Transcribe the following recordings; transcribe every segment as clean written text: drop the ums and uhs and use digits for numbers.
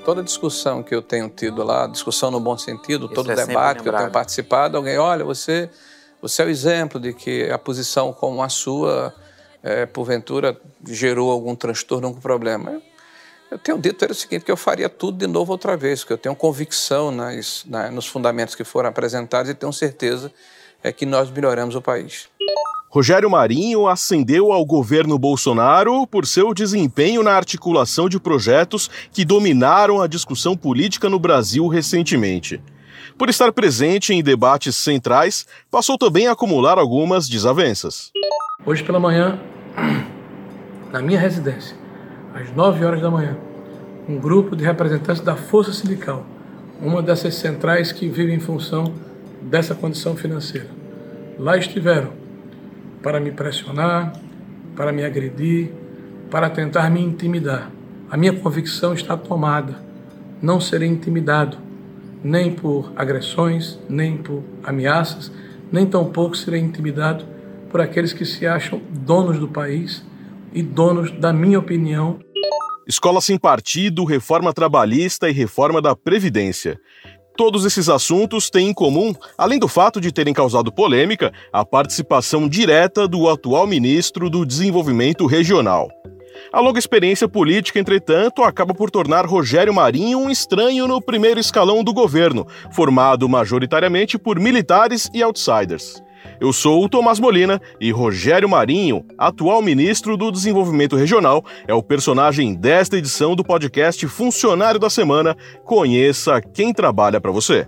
Toda discussão que eu tenho tido lá, discussão no bom sentido, todo debate que eu tenho participado, alguém, olha, você é o exemplo de que a posição como a sua, porventura, gerou algum transtorno, algum problema. Eu tenho dito o seguinte, que eu faria tudo de novo outra vez, porque eu tenho convicção nos fundamentos que foram apresentados e tenho certeza que nós melhoramos o país. Rogério Marinho ascendeu ao governo Bolsonaro por seu desempenho na articulação de projetos que dominaram a discussão política no Brasil recentemente. Por estar presente em debates centrais, passou também a acumular algumas desavenças. Hoje pela manhã, na minha residência, às 9 horas da manhã, um grupo de representantes da Força Sindical, uma dessas centrais que vive em função dessa condição financeira, lá estiveram para me pressionar, para me agredir, para tentar me intimidar. A minha convicção está tomada. Não serei intimidado, nem por agressões, nem por ameaças, nem tampouco serei intimidado por aqueles que se acham donos do país e donos da minha opinião. Escola sem partido, reforma trabalhista e reforma da Previdência. Todos esses assuntos têm em comum, além do fato de terem causado polêmica, a participação direta do atual ministro do Desenvolvimento Regional. A longa experiência política, entretanto, acaba por tornar Rogério Marinho um estranho no primeiro escalão do governo, formado majoritariamente por militares e outsiders. Eu sou o Tomás Molina e Rogério Marinho, atual ministro do Desenvolvimento Regional, é o personagem desta edição do podcast Funcionário da Semana. Conheça quem trabalha para você.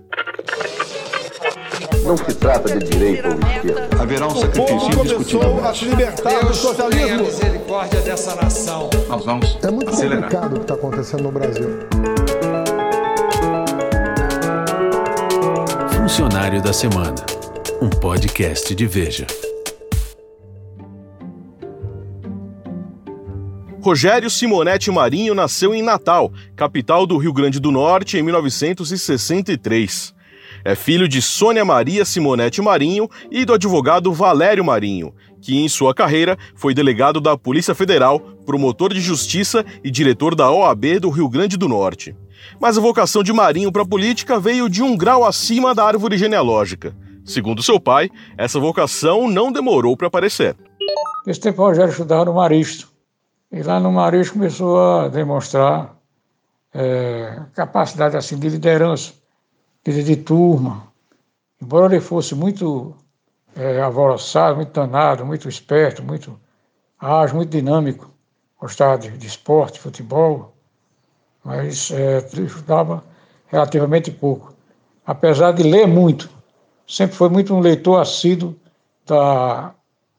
Não se trata de direita ou esquerda. Haverá um sacrifício indiscutível. Começou a se libertar do socialismo. Tenha misericórdia dessa nação. Nós vamos É muito acelerar. complicado o que está acontecendo no Brasil. Funcionário da Semana, um podcast de Veja. Rogério Simonetti Marinho nasceu em Natal, capital do Rio Grande do Norte, em 1963. É filho de Sônia Maria Simonetti Marinho e do advogado Valério Marinho, que em sua carreira foi delegado da Polícia Federal, promotor de justiça e diretor da OAB do Rio Grande do Norte. Mas a vocação de Marinho para a política veio de um grau acima da árvore genealógica. Segundo seu pai, essa vocação não demorou para aparecer. Nesse tempo o Rogério estudava no Marista. E lá no Marista começou a demonstrar capacidade assim, de liderança, de turma. Embora ele fosse muito alvoroçado, muito danado, muito esperto, muito ágil, muito dinâmico, gostava de esporte, futebol, mas ele estudava relativamente pouco. Apesar de ler muito, sempre foi muito um leitor assíduo da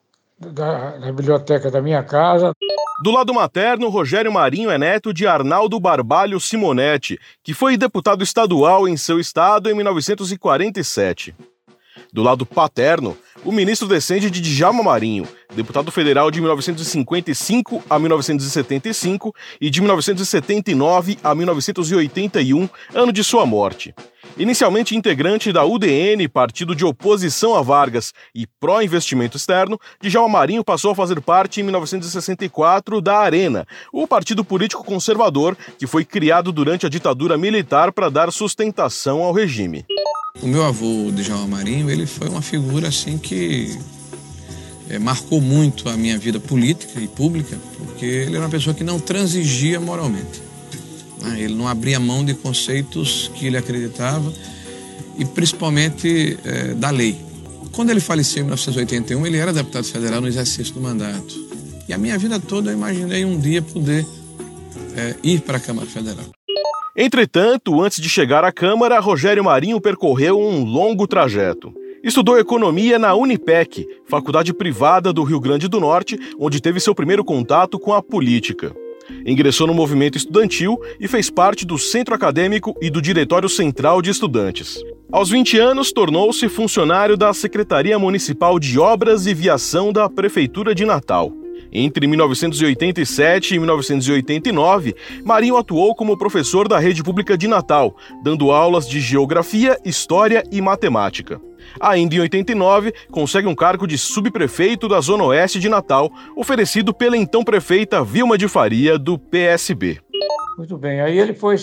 biblioteca da minha casa. Do lado materno, Rogério Marinho é neto de Arnaldo Barbalho Simonetti, que foi deputado estadual em seu estado em 1947. Do lado paterno, o ministro descende de Djalma Marinho, deputado federal de 1955 a 1975 e de 1979 a 1981, ano de sua morte. Inicialmente integrante da UDN, partido de oposição a Vargas e pró-investimento externo, Djalma Marinho passou a fazer parte em 1964 da Arena, o partido político conservador que foi criado durante a ditadura militar para dar sustentação ao regime. O meu avô, Djalma Marinho, ele foi uma figura assim que marcou muito a minha vida política e pública, porque ele era uma pessoa que não transigia moralmente. Ele não abria mão de conceitos que ele acreditava e principalmente da lei. Quando ele faleceu em 1981, ele era deputado federal no exercício do mandato. E a minha vida toda eu imaginei um dia poder ir para a Câmara Federal. Entretanto, antes de chegar à Câmara, Rogério Marinho percorreu um longo trajeto. Estudou economia na Unipec, faculdade privada do Rio Grande do Norte, onde teve seu primeiro contato com a política. Ingressou no movimento estudantil e fez parte do Centro Acadêmico e do Diretório Central de Estudantes. Aos 20 anos, tornou-se funcionário da Secretaria Municipal de Obras e Viação da Prefeitura de Natal. Entre 1987 e 1989, Marinho atuou como professor da Rede Pública de Natal, dando aulas de Geografia, História e Matemática. Ainda em 89, consegue um cargo de subprefeito da Zona Oeste de Natal, oferecido pela então prefeita Vilma de Faria, do PSB. Muito bem, aí ele foi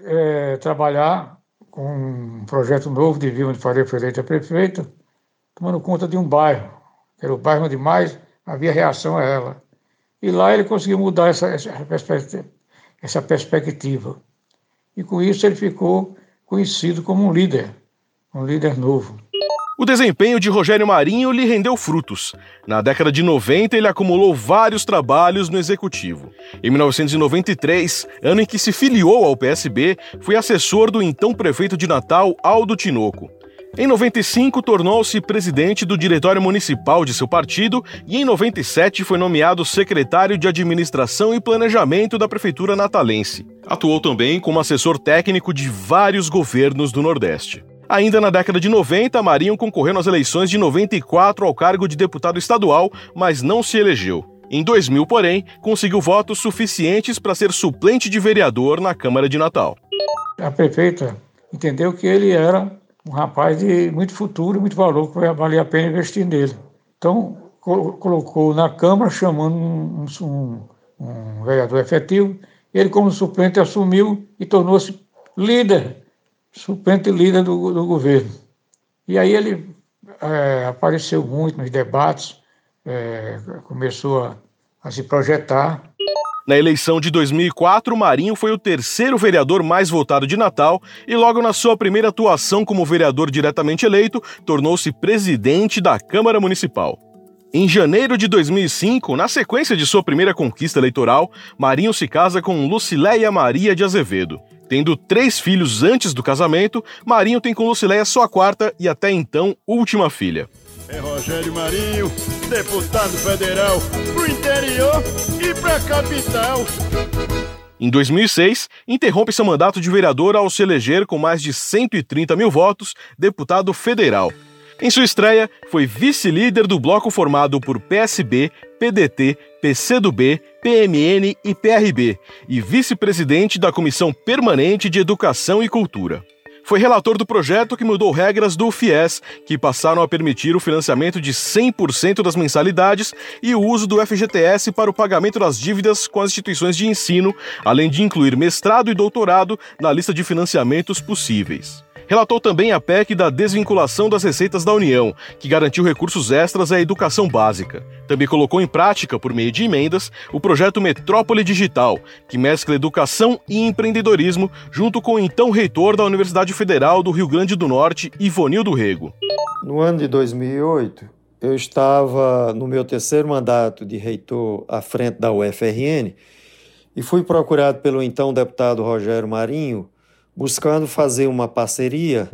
trabalhar com um projeto novo de Vilma de Faria foi eleita prefeita, tomando conta de um bairro, que era o bairro onde mais havia reação a ela. E lá ele conseguiu mudar essa perspectiva. E com isso ele ficou conhecido como um líder novo. O desempenho de Rogério Marinho lhe rendeu frutos. Na década de 90, ele acumulou vários trabalhos no Executivo. Em 1993, ano em que se filiou ao PSB, foi assessor do então prefeito de Natal, Aldo Tinoco. Em 95, tornou-se presidente do Diretório Municipal de seu partido e em 97 foi nomeado secretário de Administração e Planejamento da Prefeitura Natalense. Atuou também como assessor técnico de vários governos do Nordeste. Ainda na década de 90, Marinho concorreu nas eleições de 94 ao cargo de deputado estadual, mas não se elegeu. Em 2000, porém, conseguiu votos suficientes para ser suplente de vereador na Câmara de Natal. A prefeita entendeu que ele era um rapaz de muito futuro, muito valor, que valia a pena investir nele. Então, colocou na Câmara, chamando um vereador efetivo. Ele, como suplente, assumiu e tornou-se suplente líder do governo. E aí ele apareceu muito nos debates, começou a se projetar. Na eleição de 2004, Marinho foi o terceiro vereador mais votado de Natal e logo na sua primeira atuação como vereador diretamente eleito, tornou-se presidente da Câmara Municipal. Em janeiro de 2005, na sequência de sua primeira conquista eleitoral, Marinho se casa com Lucileia Maria de Azevedo. Tendo 3 filhos antes do casamento, Marinho tem com Lucileia sua quarta e até então última filha. É Rogério Marinho, deputado federal pro interior e pra capital. Em 2006, interrompe seu mandato de vereador ao se eleger com mais de 130 mil votos, deputado federal. Em sua estreia, foi vice-líder do bloco formado por PSB, PDT, PCdoB, PMN e PRB e vice-presidente da Comissão Permanente de Educação e Cultura. Foi relator do projeto que mudou regras do FIES, que passaram a permitir o financiamento de 100% das mensalidades e o uso do FGTS para o pagamento das dívidas com as instituições de ensino, além de incluir mestrado e doutorado na lista de financiamentos possíveis. Relatou também a PEC da desvinculação das receitas da União, que garantiu recursos extras à educação básica. Também colocou em prática, por meio de emendas, o projeto Metrópole Digital, que mescla educação e empreendedorismo, junto com o então reitor da Universidade Federal do Rio Grande do Norte, Ivonildo Rego. No ano de 2008, eu estava no meu terceiro mandato de reitor à frente da UFRN e fui procurado pelo então deputado Rogério Marinho, buscando fazer uma parceria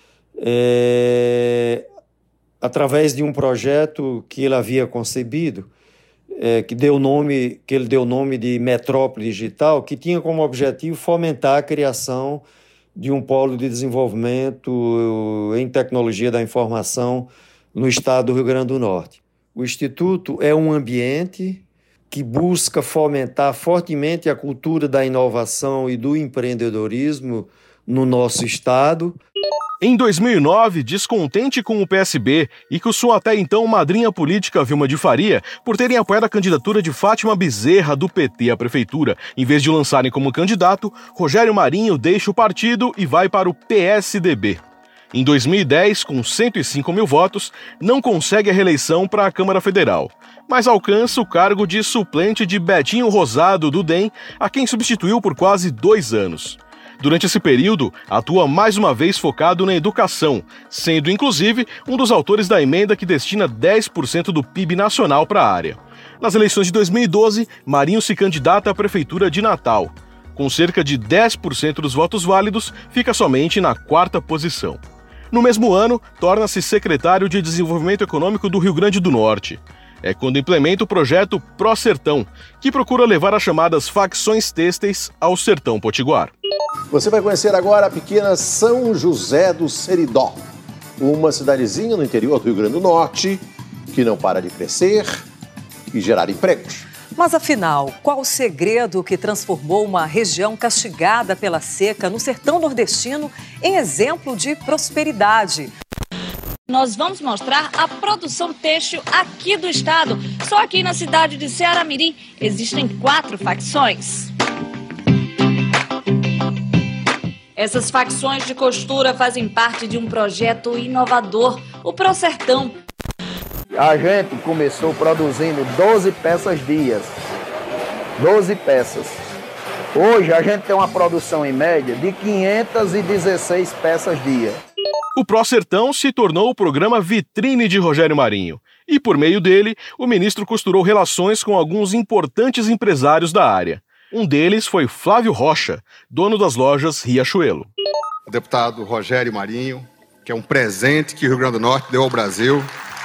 através de um projeto que ele havia concebido, que ele deu o nome de Metrópole Digital, que tinha como objetivo fomentar a criação de um polo de desenvolvimento em tecnologia da informação no estado do Rio Grande do Norte. O Instituto é um ambiente que busca fomentar fortemente a cultura da inovação e do empreendedorismo no nosso estado. Em 2009, descontente com o PSB e com sua até então madrinha política Vilma de Faria, por terem apoiado a candidatura de Fátima Bezerra do PT à prefeitura, em vez de o lançarem como candidato, Rogério Marinho deixa o partido e vai para o PSDB. Em 2010, com 105 mil votos, não consegue a reeleição para a Câmara Federal, mas alcança o cargo de suplente de Betinho Rosado, do DEM, a quem substituiu por quase 2 anos. Durante esse período, atua mais uma vez focado na educação, sendo inclusive um dos autores da emenda que destina 10% do PIB nacional para a área. Nas eleições de 2012, Marinho se candidata à Prefeitura de Natal. Com cerca de 10% dos votos válidos, fica somente na 4ª posição. No mesmo ano, torna-se secretário de Desenvolvimento Econômico do Rio Grande do Norte. É quando implementa o projeto Pró Sertão, que procura levar as chamadas facções têxteis ao sertão potiguar. Você vai conhecer agora a pequena São José do Seridó, uma cidadezinha no interior do Rio Grande do Norte que não para de crescer e gerar empregos. Mas afinal, qual o segredo que transformou uma região castigada pela seca no sertão nordestino em exemplo de prosperidade? Nós vamos mostrar a produção têxtil aqui do estado. Só aqui na cidade de Ceará-Mirim existem 4 facções. Essas facções de costura fazem parte de um projeto inovador, o Prosertão. A gente começou produzindo 12 peças dias. 12 peças. Hoje a gente tem uma produção em média de 516 peças dia. O Prosertão se tornou o programa vitrine de Rogério Marinho. E por meio dele, o ministro costurou relações com alguns importantes empresários da área. Um deles foi Flávio Rocha, dono das lojas Riachuelo. O deputado Rogério Marinho, que é um presente que o Rio Grande do Norte deu ao Brasil.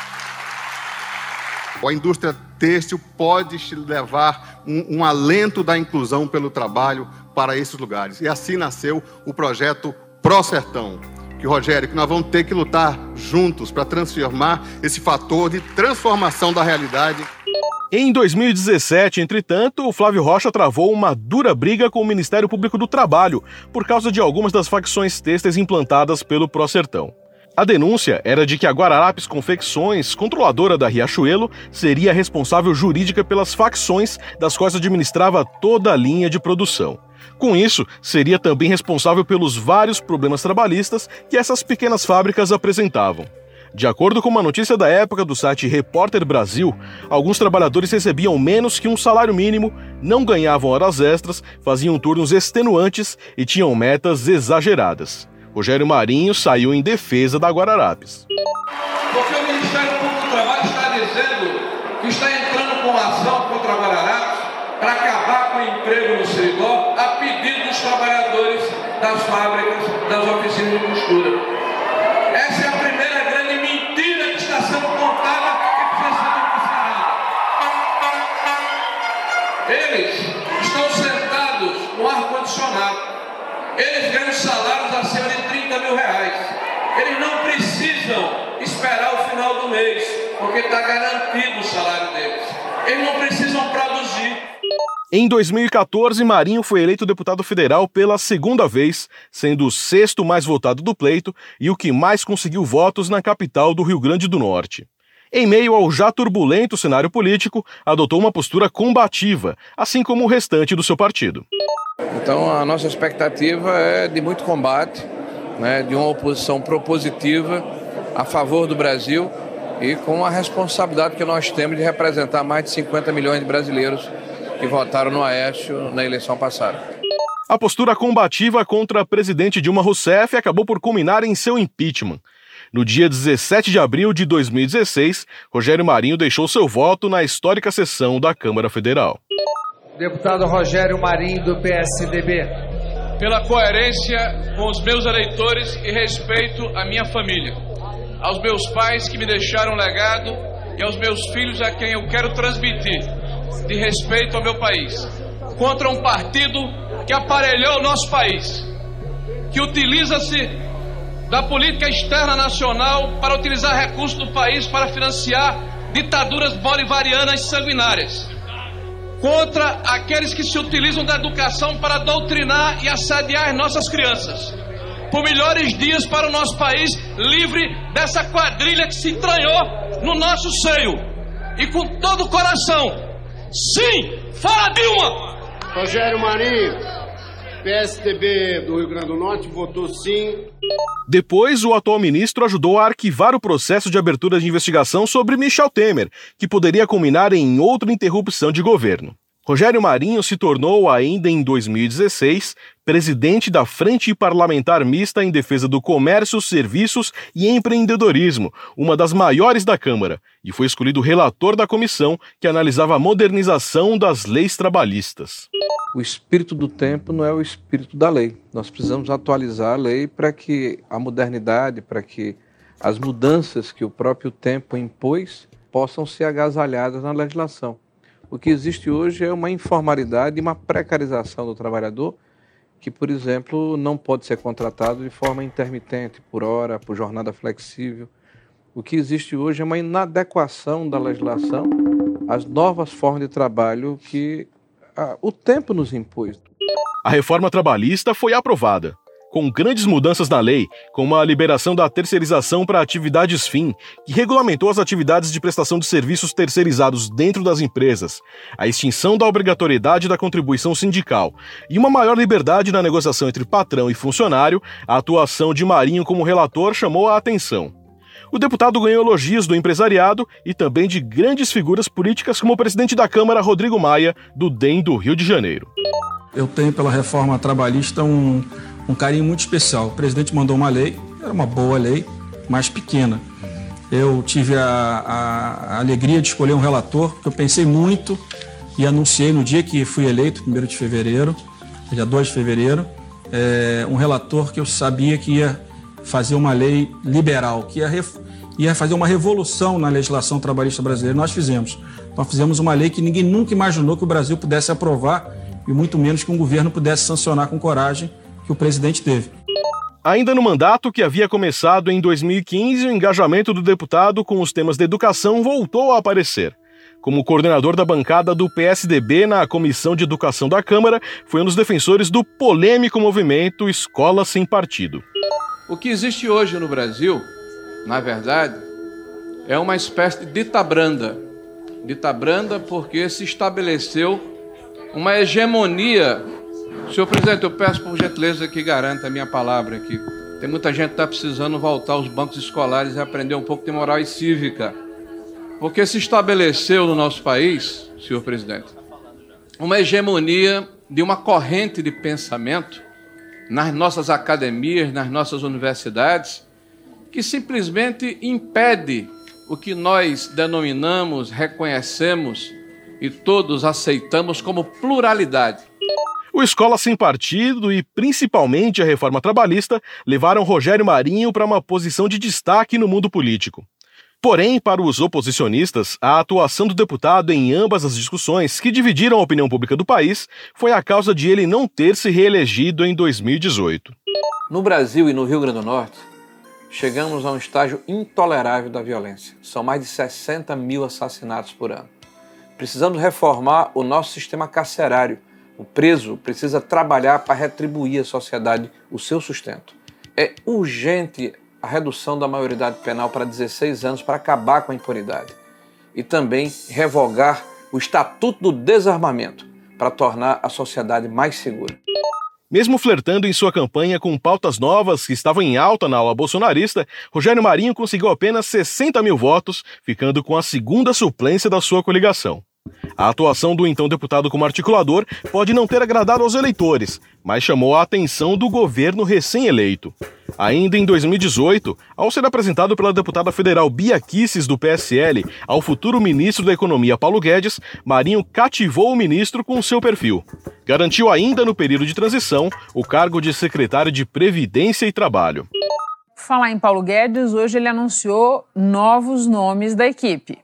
A indústria têxtil pode levar um alento da inclusão pelo trabalho para esses lugares. E assim nasceu o projeto Prosertão. Que, Rogério, que nós vamos ter que lutar juntos para transformar esse fator de transformação da realidade. Em 2017, entretanto, o Flávio Rocha travou uma dura briga com o Ministério Público do Trabalho por causa de algumas das facções têxteis implantadas pelo Prosertão. A denúncia era de que a Guararapes Confecções, controladora da Riachuelo, seria responsável jurídica pelas facções das quais administrava toda a linha de produção. Com isso, seria também responsável pelos vários problemas trabalhistas que essas pequenas fábricas apresentavam. De acordo com uma notícia da época do site Repórter Brasil, alguns trabalhadores recebiam menos que um salário mínimo, não ganhavam horas extras, faziam turnos extenuantes e tinham metas exageradas. Rogério Marinho saiu em defesa da Guararapes. Porque o Ministério Público do Trabalho está dizendo que está entrando com ação contra a Guararapes para acabar com o emprego no Seridó a pedido dos trabalhadores das fábricas, das oficinas de costura. Essa é a primeira grande mentira que está sendo contada e precisa ser denunciada. Eles estão sentados no ar-condicionado. Eles ganham salários acima de 30 mil reais. Eles não precisam esperar o final do mês, porque está garantido o salário deles. Eles não precisam produzir. Em 2014, Marinho foi eleito deputado federal pela segunda vez, sendo o sexto mais votado do pleito e o que mais conseguiu votos na capital do Rio Grande do Norte. Em meio ao já turbulento cenário político, adotou uma postura combativa, assim como o restante do seu partido. Então, a nossa expectativa é de muito combate, né, de uma oposição propositiva a favor do Brasil e com a responsabilidade que nós temos de representar mais de 50 milhões de brasileiros que votaram no Aécio na eleição passada. A postura combativa contra a presidente Dilma Rousseff acabou por culminar em seu impeachment. No dia 17 de abril de 2016, Rogério Marinho deixou seu voto na histórica sessão da Câmara Federal. Deputado Rogério Marinho, do PSDB. Pela coerência com os meus eleitores e respeito à minha família, aos meus pais que me deixaram legado e aos meus filhos a quem eu quero transmitir, de respeito ao meu país, contra um partido que aparelhou o nosso país, que utiliza-se da política externa nacional para utilizar recursos do país para financiar ditaduras bolivarianas sanguinárias, contra aqueles que se utilizam da educação para doutrinar e assediar nossas crianças, por melhores dias para o nosso país livre dessa quadrilha que se entranhou no nosso seio, e com todo o coração, sim, fora Dilma! Rogério Marinho, PSDB do Rio Grande do Norte, votou sim. Depois, o atual ministro ajudou a arquivar o processo de abertura de investigação sobre Michel Temer, que poderia culminar em outra interrupção de governo. Rogério Marinho se tornou, ainda em 2016, presidente da Frente Parlamentar Mista em Defesa do Comércio, Serviços e Empreendedorismo, uma das maiores da Câmara, e foi escolhido relator da comissão que analisava a modernização das leis trabalhistas. O espírito do tempo não é o espírito da lei. Nós precisamos atualizar a lei para que a modernidade, para que as mudanças que o próprio tempo impôs possam ser agasalhadas na legislação. O que existe hoje é uma informalidade e uma precarização do trabalhador que, por exemplo, não pode ser contratado de forma intermitente, por hora, por jornada flexível. O que existe hoje é uma inadequação da legislação às novas formas de trabalho que o tempo nos impôs. A reforma trabalhista foi aprovada. com grandes mudanças na lei, como a liberação da terceirização para atividades fim, que regulamentou as atividades de prestação de serviços terceirizados dentro das empresas, a extinção da obrigatoriedade da contribuição sindical e uma maior liberdade na negociação entre patrão e funcionário, a atuação de Marinho como relator chamou a atenção. O deputado ganhou elogios do empresariado e também de grandes figuras políticas como o presidente da Câmara, Rodrigo Maia, do DEM do Rio de Janeiro. Eu tenho pela reforma trabalhista um carinho muito especial. O presidente mandou uma lei, era uma boa lei, mas pequena. Eu tive a alegria de escolher um relator, que eu pensei muito e anunciei no dia que fui eleito, 1º de fevereiro, dia 2 de fevereiro, um relator que eu sabia que ia fazer uma lei liberal, que ia fazer uma revolução na legislação trabalhista brasileira. Nós fizemos uma lei que ninguém nunca imaginou que o Brasil pudesse aprovar e muito menos que um governo pudesse sancionar com coragem, que o presidente teve. Ainda no mandato que havia começado em 2015, o engajamento do deputado com os temas da educação voltou a aparecer. Como coordenador da bancada do PSDB na Comissão de Educação da Câmara, foi um dos defensores do polêmico movimento Escola Sem Partido. O que existe hoje no Brasil, na verdade, é uma espécie de ditabranda. Ditabranda porque se estabeleceu uma hegemonia. Senhor presidente, eu peço por gentileza que garanta a minha palavra aqui. Tem muita gente que está precisando voltar aos bancos escolares e aprender um pouco de moral e cívica. Porque se estabeleceu no nosso país, senhor presidente, uma hegemonia de uma corrente de pensamento nas nossas academias, nas nossas universidades, que simplesmente impede o que nós denominamos, reconhecemos e todos aceitamos como pluralidade. O Escola Sem Partido e, principalmente, a reforma trabalhista levaram Rogério Marinho para uma posição de destaque no mundo político. Porém, para os oposicionistas, a atuação do deputado em ambas as discussões que dividiram a opinião pública do país foi a causa de ele não ter se reelegido em 2018. No Brasil e no Rio Grande do Norte, chegamos a um estágio intolerável da violência. São mais de 60 mil assassinatos por ano. Precisamos reformar o nosso sistema carcerário. O preso precisa trabalhar para retribuir à sociedade o seu sustento. É urgente a redução da maioridade penal para 16 anos para acabar com a impunidade. E também revogar o Estatuto do Desarmamento para tornar a sociedade mais segura. Mesmo flertando em sua campanha com pautas novas que estavam em alta na ala bolsonarista, Rogério Marinho conseguiu apenas 60 mil votos, ficando com a segunda suplência da sua coligação. A atuação do então deputado como articulador pode não ter agradado aos eleitores, mas chamou a atenção do governo recém-eleito. Ainda em 2018, ao ser apresentado pela deputada federal Bia Kicis, do PSL, ao futuro ministro da Economia Paulo Guedes, Marinho cativou o ministro com seu perfil. Garantiu ainda no período de transição o cargo de secretário de Previdência e Trabalho. Por falar em Paulo Guedes, hoje ele anunciou novos nomes da equipe.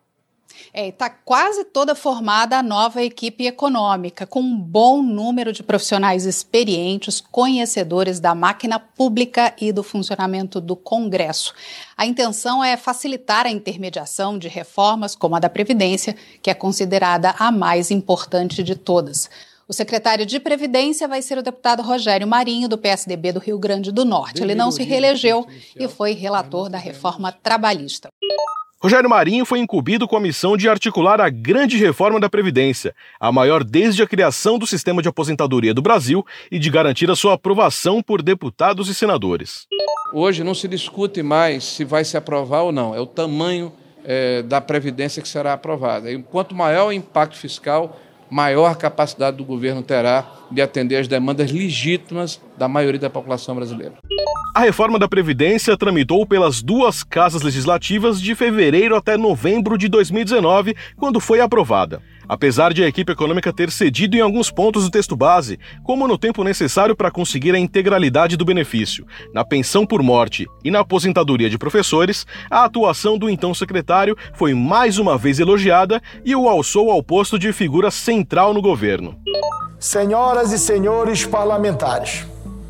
Está quase toda formada a nova equipe econômica, com um bom número de profissionais experientes, conhecedores da máquina pública e do funcionamento do Congresso. A intenção é facilitar a intermediação de reformas como a da Previdência, que é considerada a mais importante de todas. O secretário de Previdência vai ser o deputado Rogério Marinho, do PSDB do Rio Grande do Norte. Ele não se reelegeu e foi relator da reforma trabalhista. Rogério Marinho foi incumbido com a missão de articular a grande reforma da Previdência, a maior desde a criação do sistema de aposentadoria do Brasil, e de garantir a sua aprovação por deputados e senadores. Hoje não se discute mais se vai se aprovar ou não, é o tamanho da Previdência que será aprovada. E quanto maior o impacto fiscal, maior a capacidade do governo terá de atender às demandas legítimas da maioria da população brasileira. A reforma da Previdência tramitou pelas duas casas legislativas de fevereiro até novembro de 2019, quando foi aprovada. Apesar de a equipe econômica ter cedido em alguns pontos do texto base, como no tempo necessário para conseguir a integralidade do benefício, na pensão por morte e na aposentadoria de professores, a atuação do então secretário foi mais uma vez elogiada e o alçou ao posto de figura central no governo. Senhoras e senhores parlamentares,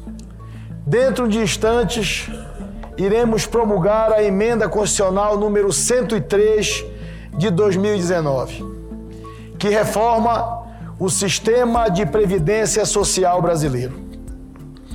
dentro de instantes, iremos promulgar a emenda constitucional número 103 de 2019, que reforma o sistema de previdência social brasileiro.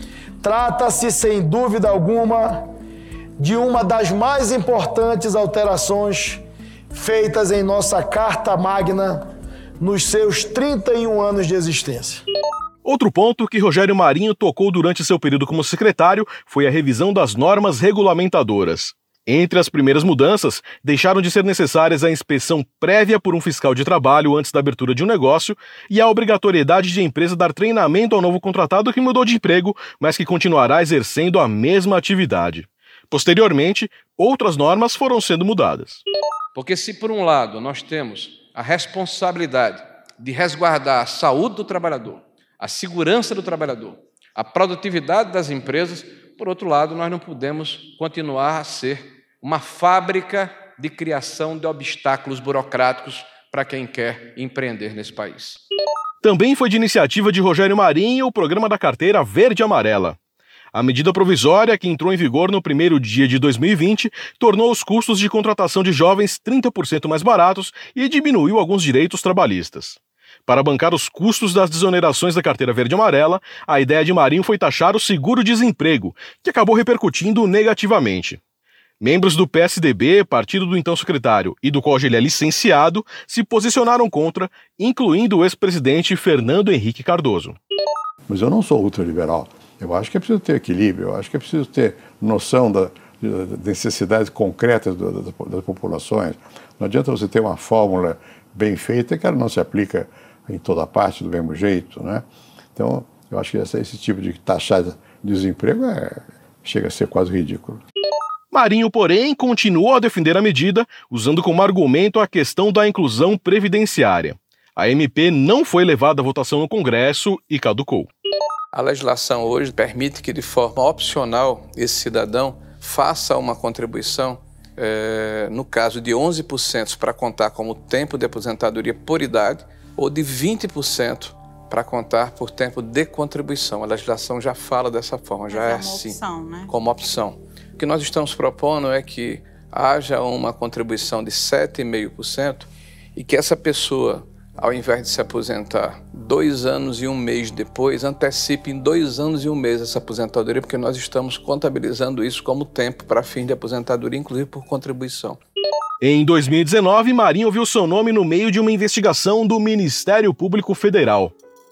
Trata-se, sem dúvida alguma, de uma das mais importantes alterações feitas em nossa Carta Magna nos seus 31 anos de existência. Outro ponto que Rogério Marinho tocou durante seu período como secretário foi a revisão das normas regulamentadoras. Entre as primeiras mudanças, deixaram de ser necessárias a inspeção prévia por um fiscal de trabalho antes da abertura de um negócio e a obrigatoriedade de a empresa dar treinamento ao novo contratado que mudou de emprego, mas que continuará exercendo a mesma atividade. Posteriormente, outras normas foram sendo mudadas. Porque se, por um lado, nós temos a responsabilidade de resguardar a saúde do trabalhador, a segurança do trabalhador, a produtividade das empresas, por outro lado, nós não podemos continuar a ser uma fábrica de criação de obstáculos burocráticos para quem quer empreender nesse país. Também foi de iniciativa de Rogério Marinho o programa da carteira verde-amarela. A medida provisória, que entrou em vigor no primeiro dia de 2020, tornou os custos de contratação de jovens 30% mais baratos e diminuiu alguns direitos trabalhistas. Para bancar os custos das desonerações da carteira verde-amarela, a ideia de Marinho foi taxar o seguro-desemprego, que acabou repercutindo negativamente. Membros do PSDB, partido do então secretário e do qual ele é licenciado, se posicionaram contra, incluindo o ex-presidente Fernando Henrique Cardoso. Mas eu não sou ultraliberal. Eu acho que é preciso ter equilíbrio, eu acho que é preciso ter noção das necessidades concretas das populações. Não adianta você ter uma fórmula bem feita que ela não se aplica em toda parte do mesmo jeito, né? Então, eu acho que esse tipo de taxar de desemprego chega a ser quase ridículo. Marinho, porém, continuou a defender a medida, usando como argumento a questão da inclusão previdenciária. A MP não foi levada à votação no Congresso e caducou. A legislação hoje permite que, de forma opcional, esse cidadão faça uma contribuição, no caso de 11% para contar como tempo de aposentadoria por idade, ou de 20% para contar por tempo de contribuição. A legislação já fala dessa forma, já é assim, opção, né? Como opção. O que nós estamos propondo é que haja uma contribuição de 7,5% e que essa pessoa, ao invés de se aposentar 2 anos e 1 mês depois, antecipe em 2 anos e 1 mês essa aposentadoria, porque nós estamos contabilizando isso como tempo para fim de aposentadoria, inclusive por contribuição. Em 2019, Marinho viu seu nome no meio de uma investigação do Ministério Público Federal.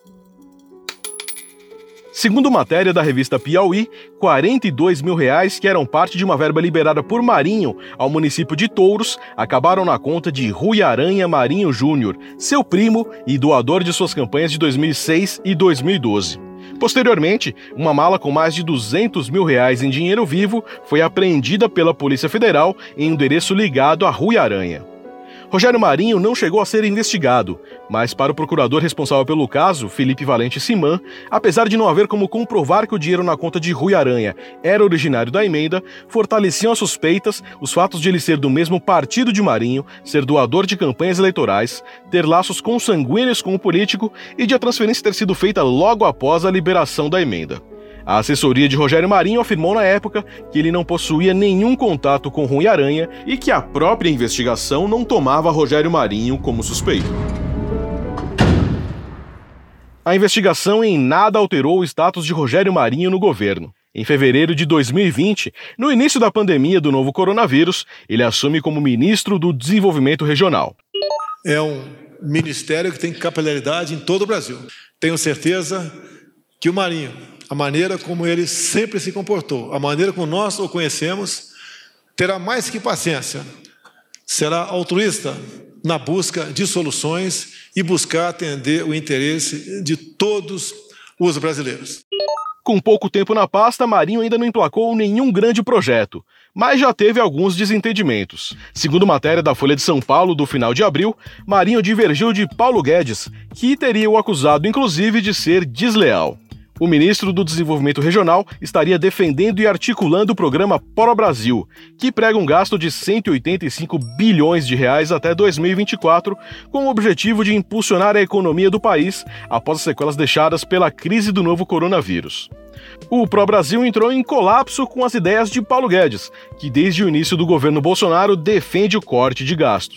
Segundo matéria da revista Piauí, R$42 mil que eram parte de uma verba liberada por Marinho ao município de Touros acabaram na conta de Rui Aranha Marinho Júnior, seu primo e doador de suas campanhas de 2006 e 2012. Posteriormente, uma mala com mais de R$200 mil em dinheiro vivo foi apreendida pela Polícia Federal em um endereço ligado a Rui Aranha. Rogério Marinho não chegou a ser investigado, mas para o procurador responsável pelo caso, Felipe Valente Simã, apesar de não haver como comprovar que o dinheiro na conta de Rui Aranha era originário da emenda, fortaleciam as suspeitas os fatos de ele ser do mesmo partido de Marinho, ser doador de campanhas eleitorais, ter laços consanguíneos com o político e de a transferência ter sido feita logo após a liberação da emenda. A assessoria de Rogério Marinho afirmou na época que ele não possuía nenhum contato com Rui Aranha e que a própria investigação não tomava Rogério Marinho como suspeito. A investigação em nada alterou o status de Rogério Marinho no governo. Em fevereiro de 2020, no início da pandemia do novo coronavírus, ele assume como ministro do Desenvolvimento Regional. É um ministério que tem capilaridade em todo o Brasil. Tenho certeza que o Marinho, a maneira como ele sempre se comportou, a maneira como nós o conhecemos, terá mais que paciência. Será altruísta na busca de soluções e buscar atender o interesse de todos os brasileiros. Com pouco tempo na pasta, Marinho ainda não emplacou nenhum grande projeto, mas já teve alguns desentendimentos. Segundo matéria da Folha de São Paulo do final de abril, Marinho divergiu de Paulo Guedes, que teria o acusado inclusive de ser desleal. O ministro do Desenvolvimento Regional estaria defendendo e articulando o programa Pro Brasil, que prega um gasto de R$185 bilhões até 2024, com o objetivo de impulsionar a economia do país após as sequelas deixadas pela crise do novo coronavírus. O Pro Brasil entrou em colapso com as ideias de Paulo Guedes, que desde o início do governo Bolsonaro defende o corte de gastos.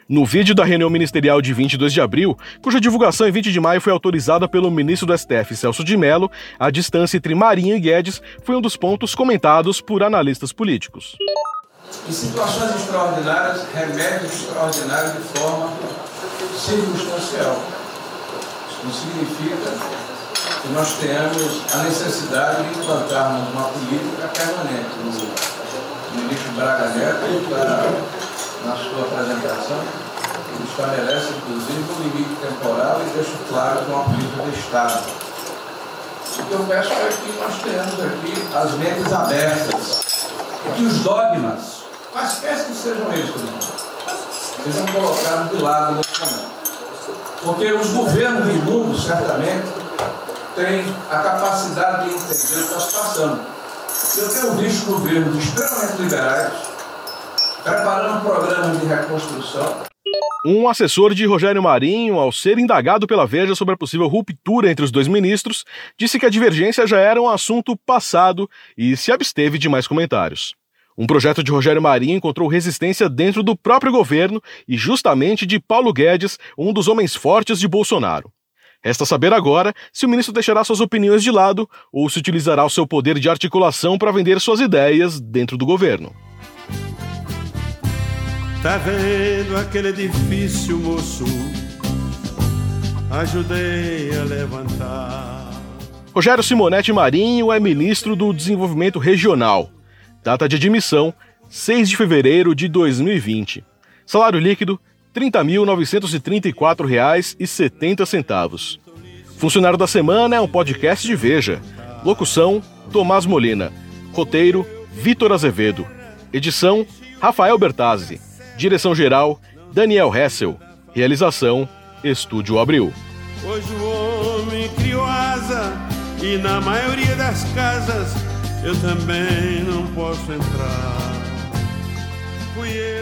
No vídeo da reunião ministerial de 22 de abril, cuja divulgação em 20 de maio foi autorizada pelo ministro do STF, Celso de Mello, a distância entre Marinho e Guedes foi um dos pontos comentados por analistas políticos. Em situações extraordinárias, remédio extraordinário de forma circunstancial. Isso não significa que nós tenhamos a necessidade de implantarmos uma política permanente. O ministro Braga Neto, na sua apresentação, ele estabelece, inclusive, um limite temporal e deixa claro que é uma política de Estado. O que eu peço é que nós tenhamos aqui as mentes abertas e que os dogmas, quaisquer que sejam eles, sejam colocados de lado nesse momento. Porque os governos do mundo, certamente, têm a capacidade de entender o que está se passando. Eu tenho visto governos extremamente liberais preparando programas de reconstrução. Um assessor de Rogério Marinho, ao ser indagado pela Veja sobre a possível ruptura entre os dois ministros, disse que a divergência já era um assunto passado e se absteve de mais comentários. Um projeto de Rogério Marinho encontrou resistência dentro do próprio governo e justamente de Paulo Guedes, um dos homens fortes de Bolsonaro. Resta saber agora se o ministro deixará suas opiniões de lado ou se utilizará o seu poder de articulação para vender suas ideias dentro do governo. Tá vendo aquele edifício, moço? Ajudei a levantar. Rogério Simonetti Marinho é ministro do Desenvolvimento Regional. Data de admissão, 6 de fevereiro de 2020. Salário líquido, R$ 30.934,70. Funcionário da Semana é um podcast de Veja. Locução, Tomás Molina. Roteiro, Vitor Azevedo. Edição, Rafael Bertazzi. Direção-geral, Daniel Hessel. Realização, Estúdio Abril. Hoje o homem criou asa e na maioria das casas eu também não posso entrar. Fui eu.